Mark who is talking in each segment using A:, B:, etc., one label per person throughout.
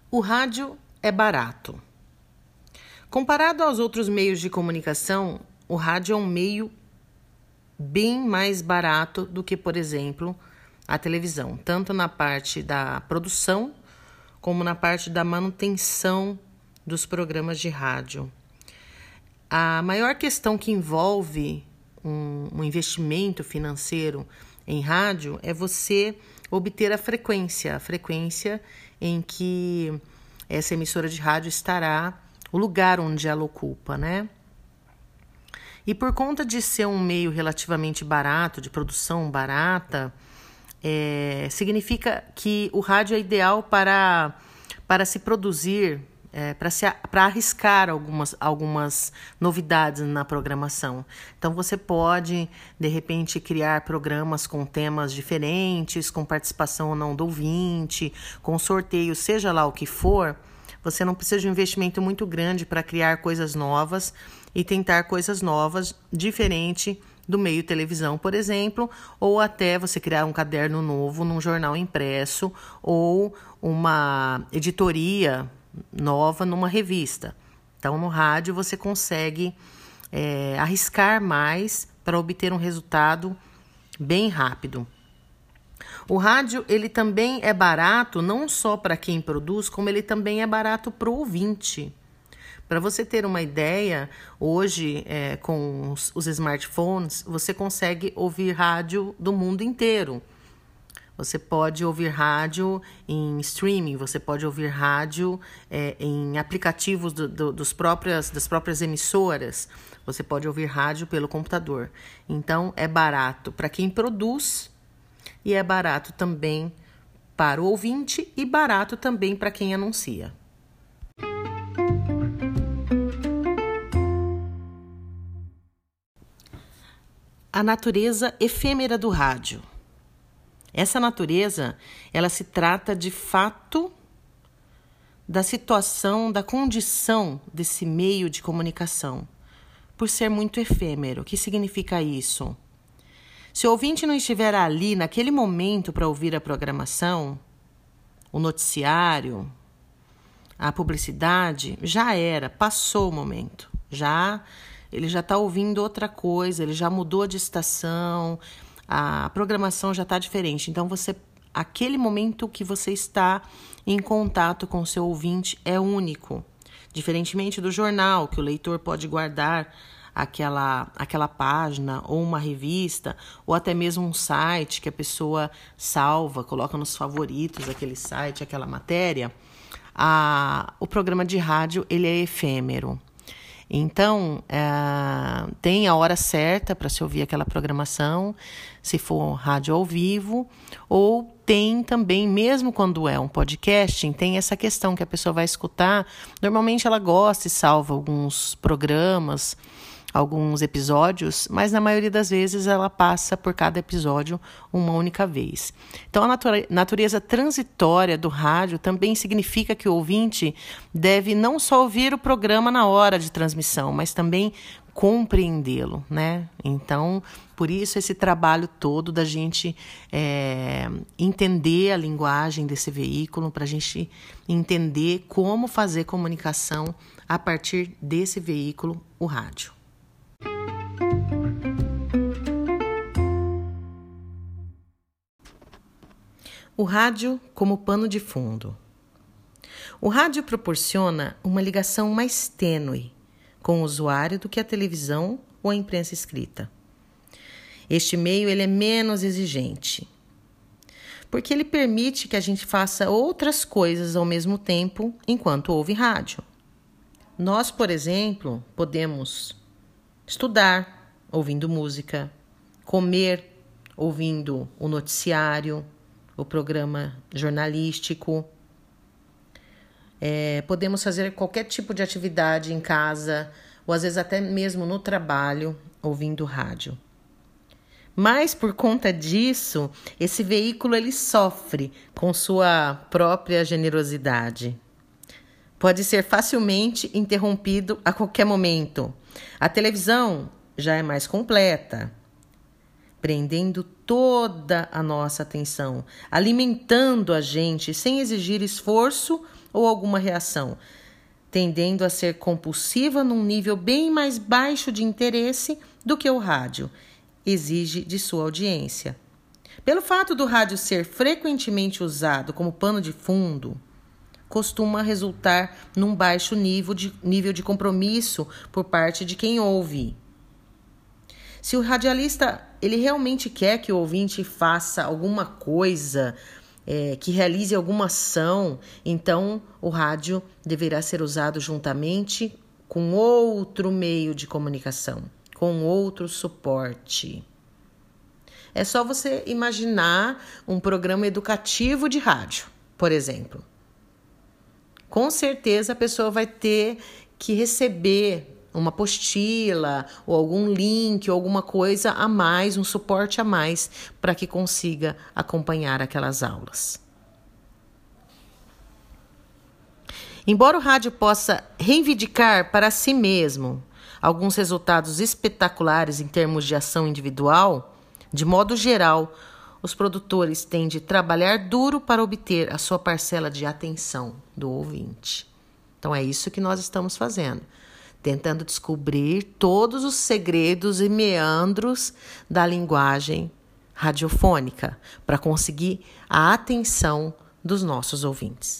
A: O rádio é barato. Comparado aos outros meios de comunicação, o rádio é um meio bem mais barato do que, por exemplo, a televisão, tanto na parte da produção como na parte da manutenção dos programas de rádio. A maior questão que envolve um investimento financeiro em rádio é você obter a frequência em que essa emissora de rádio estará, o lugar onde ela ocupa, né? E por conta de ser um meio relativamente barato, de produção barata, significa que o rádio é ideal para se produzir, para arriscar algumas novidades na programação. Então, você pode, de repente, criar programas com temas diferentes, com participação ou não do ouvinte, com sorteio, seja lá o que for. Você não precisa de um investimento muito grande para criar coisas novas e tentar coisas novas, diferente do meio televisão, por exemplo, ou até você criar um caderno novo num jornal impresso ou uma editoria nova numa revista. Então, no rádio, você consegue arriscar mais para obter um resultado bem rápido. O rádio, ele também é barato, não só para quem produz, como ele também é barato para o ouvinte. Para você ter uma ideia, hoje, com os smartphones, você consegue ouvir rádio do mundo inteiro. Você pode ouvir rádio em streaming, você pode ouvir rádio em aplicativos das próprias emissoras, você pode ouvir rádio pelo computador. Então, é barato para quem produz e é barato também para o ouvinte e barato também para quem anuncia. A natureza efêmera do rádio. Essa natureza, ela se trata de fato da situação, da condição desse meio de comunicação, por ser muito efêmero. O que significa isso? Se o ouvinte não estiver ali naquele momento para ouvir a programação, o noticiário, a publicidade, já era, passou o momento. Ele já está ouvindo outra coisa, ele já mudou de estação, a programação já está diferente. Então, aquele momento que você está em contato com o seu ouvinte é único. Diferentemente do jornal, que o leitor pode guardar aquela página, ou uma revista, ou até mesmo um site que a pessoa salva, coloca nos favoritos aquele site, aquela matéria. O programa de rádio, ele é efêmero. Então, tem a hora certa para se ouvir aquela programação, se for rádio ao vivo, ou tem também, mesmo quando é um podcasting, tem essa questão que a pessoa vai escutar. Normalmente ela gosta e salva alguns programas, alguns episódios, mas na maioria das vezes ela passa por cada episódio uma única vez. Então, a natureza transitória do rádio também significa que o ouvinte deve não só ouvir o programa na hora de transmissão, mas também compreendê-lo, né? Então, por isso esse trabalho todo da gente entender a linguagem desse veículo, para a gente entender como fazer comunicação a partir desse veículo, o rádio. O rádio como pano de fundo. O rádio proporciona uma ligação mais tênue com o usuário do que a televisão ou a imprensa escrita. Este meio ele é menos exigente, porque ele permite que a gente faça outras coisas ao mesmo tempo enquanto ouve rádio. Nós, por exemplo, podemos estudar ouvindo música, comer ouvindo o noticiário, o programa jornalístico. Podemos fazer qualquer tipo de atividade em casa, ou às vezes até mesmo no trabalho, ouvindo rádio. Mas por conta disso, esse veículo ele sofre com sua própria generosidade. Pode ser facilmente interrompido a qualquer momento. A televisão já é mais completa. prendendo toda a nossa atenção, alimentando a gente sem exigir esforço ou alguma reação, tendendo a ser compulsiva num nível bem mais baixo de interesse do que o rádio exige de sua audiência. Pelo fato do rádio ser frequentemente usado como pano de fundo, costuma resultar num baixo nível de compromisso por parte de quem ouve. Se o radialista ele realmente quer que o ouvinte faça alguma coisa, que realize alguma ação, então o rádio deverá ser usado juntamente com outro meio de comunicação, com outro suporte. É só você imaginar um programa educativo de rádio, por exemplo. Com certeza a pessoa vai ter que receber uma apostila ou algum link ou alguma coisa a mais, um suporte a mais para que consiga acompanhar aquelas aulas. Embora o rádio possa reivindicar para si mesmo alguns resultados espetaculares em termos de ação individual, de modo geral, os produtores têm de trabalhar duro para obter a sua parcela de atenção do ouvinte. Então é isso que nós estamos fazendo, tentando descobrir todos os segredos e meandros da linguagem radiofônica para conseguir a atenção dos nossos ouvintes.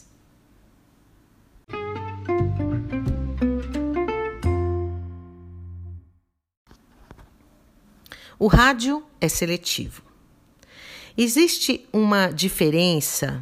A: O rádio é seletivo. Existe uma diferença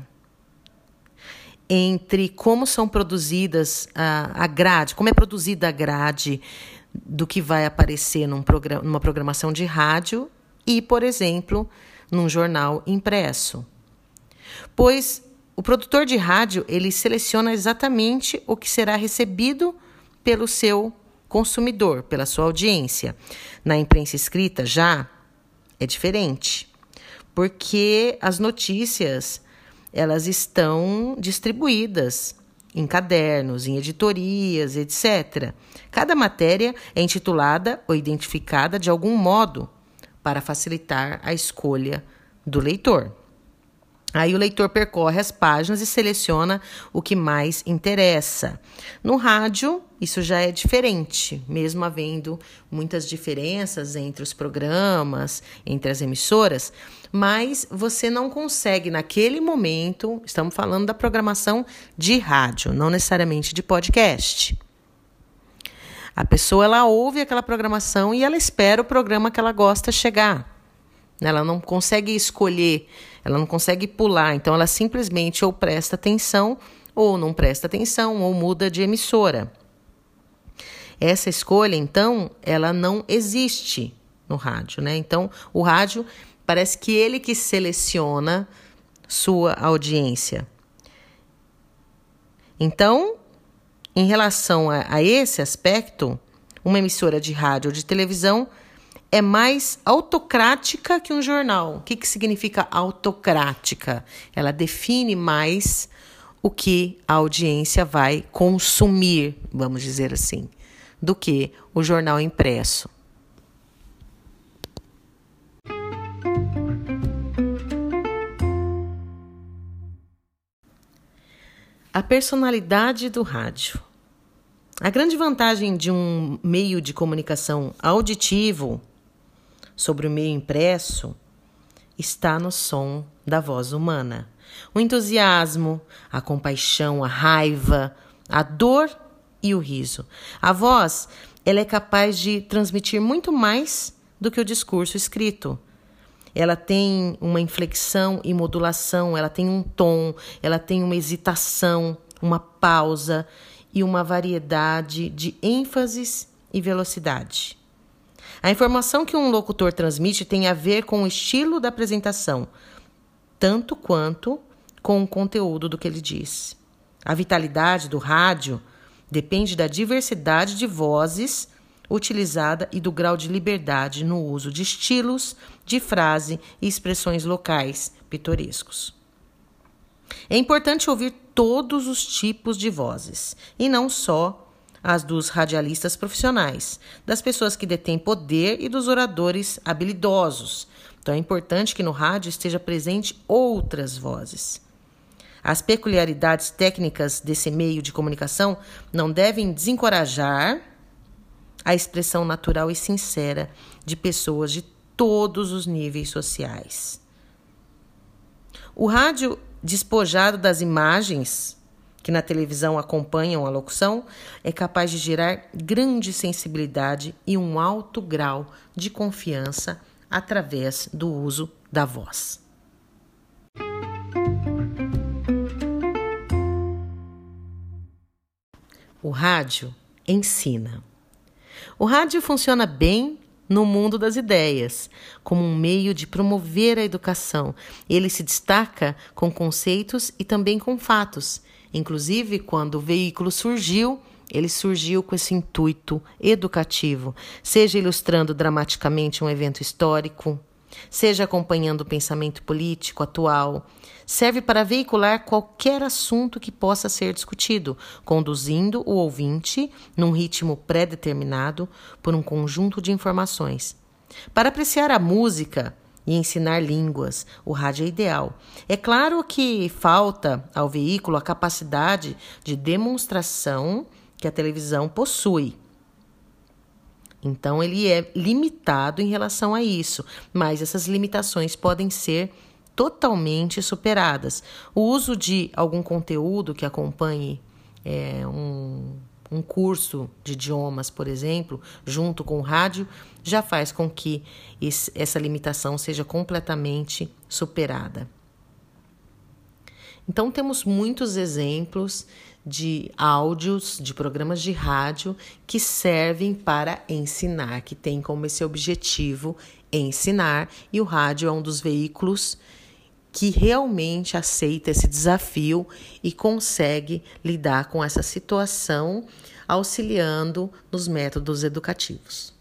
A: entre como são produzidas a grade, como é produzida a grade do que vai aparecer numa programação de rádio e, por exemplo, num jornal impresso. Pois o produtor de rádio, ele seleciona exatamente o que será recebido pelo seu consumidor, pela sua audiência. Na imprensa escrita já é diferente, porque as notícias elas estão distribuídas em cadernos, em editorias, etc. Cada matéria é intitulada ou identificada de algum modo para facilitar a escolha do leitor. Aí o leitor percorre as páginas e seleciona o que mais interessa. No rádio, isso já é diferente, mesmo havendo muitas diferenças entre os programas, entre as emissoras, mas você não consegue, naquele momento, estamos falando da programação de rádio, não necessariamente de podcast. A pessoa, ela ouve aquela programação e ela espera o programa que ela gosta chegar. Ela não consegue escolher, ela não consegue pular, então ela simplesmente ou presta atenção, ou não presta atenção, ou muda de emissora. Essa escolha, então, ela não existe no rádio, né? Então, o rádio parece que ele que seleciona sua audiência. Então, em relação a esse aspecto, uma emissora de rádio ou de televisão é mais autocrática que um jornal. O que significa autocrática? Ela define mais o que a audiência vai consumir, vamos dizer assim, do que o jornal impresso. A personalidade do rádio. A grande vantagem de um meio de comunicação auditivo sobre o meio impresso está no som da voz humana. O entusiasmo, a compaixão, a raiva, a dor e o riso. A voz, ela é capaz de transmitir muito mais do que o discurso escrito. Ela tem uma inflexão e modulação, ela tem um tom, ela tem uma hesitação, uma pausa e uma variedade de ênfases e velocidade. A informação que um locutor transmite tem a ver com o estilo da apresentação, tanto quanto com o conteúdo do que ele diz. A vitalidade do rádio depende da diversidade de vozes utilizada e do grau de liberdade no uso de estilos, de frase e expressões locais pitorescos. É importante ouvir todos os tipos de vozes, e não só as dos radialistas profissionais, das pessoas que detêm poder e dos oradores habilidosos, Então é importante que no rádio esteja presente outras vozes. As peculiaridades técnicas desse meio de comunicação não devem desencorajar a expressão natural e sincera de pessoas de todos os níveis sociais. O rádio, despojado das imagens que na televisão acompanham a locução, é capaz de gerar grande sensibilidade e um alto grau de confiança através do uso da voz. O rádio ensina. O rádio funciona bem no mundo das ideias, como um meio de promover a educação. Ele se destaca com conceitos e também com fatos. Inclusive, quando o veículo surgiu, ele surgiu com esse intuito educativo, seja ilustrando dramaticamente um evento histórico, seja acompanhando o pensamento político atual. Serve para veicular qualquer assunto que possa ser discutido, conduzindo o ouvinte num ritmo pré-determinado por um conjunto de informações. Para apreciar a música e ensinar línguas, o rádio é ideal. É claro que falta ao veículo a capacidade de demonstração que a televisão possui. Então, ele é limitado em relação a isso, mas essas limitações podem ser totalmente superadas. O uso de algum conteúdo que acompanhe um curso de idiomas, por exemplo, junto com o rádio, já faz com que essa limitação seja completamente superada. Então, temos muitos exemplos de áudios, de programas de rádio que servem para ensinar, que tem como esse objetivo ensinar, e o rádio é um dos veículos que realmente aceita esse desafio e consegue lidar com essa situação, auxiliando nos métodos educativos.